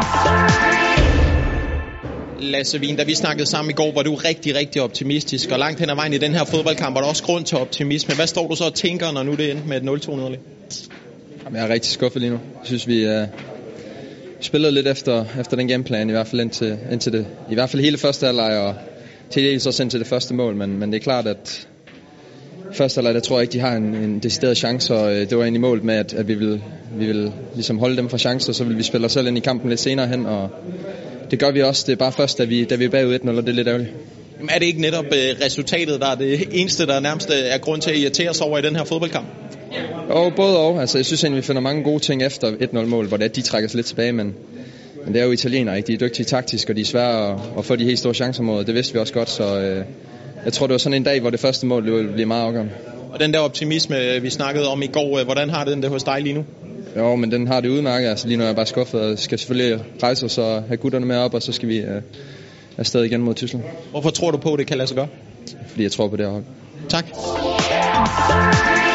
Lasse Wien, da vi snakkede sammen i går, var du rigtig, rigtig optimistisk, og langt hen ad vejen i den her fodboldkamp var der også grund til optimisme. Hvad står du så og tænker, når nu det endte med et 0-2-nederlag? Jeg er rigtig skuffet lige nu. Jeg synes, vi spillede lidt efter den gameplan, i hvert fald indtil det. I hvert fald hele første halvleg, og til dels også indtil det første mål, men det er klart, at første halvleg, der tror jeg ikke, de har en decideret chance, og det var egentlig målet med, at vi vil ligesom holde dem fra chancer, så vil vi spille os selv ind i kampen lidt senere hen, og det gør vi også. Det er bare først, da vi er bagud 1-0, og det er lidt ærgerligt. Jamen, er det ikke netop resultatet, der er det eneste, der nærmest er grund til at irritere sig over i den her fodboldkamp? Og både og. Altså, jeg synes egentlig, vi finder mange gode ting efter 1-0-mål, hvor de trækker sig lidt tilbage, men det er jo italienere, ikke? De er dygtige taktisk, og de er svære at få de helt store chancer mod. Det vidste vi også godt, så jeg tror, det var sådan en dag, hvor det første mål ville blive meget afgørende. Og den der optimisme, vi snakkede om i går, hvordan har den det hos dig lige nu? Jo, men den har det udmærket. Altså, lige nu er jeg bare skuffet, og skal selvfølgelig rejse os og have gutterne med op, og så skal vi afsted igen mod Tyskland. Hvorfor tror du på, at det kan lade sig gøre? Fordi jeg tror på det her hold. Tak.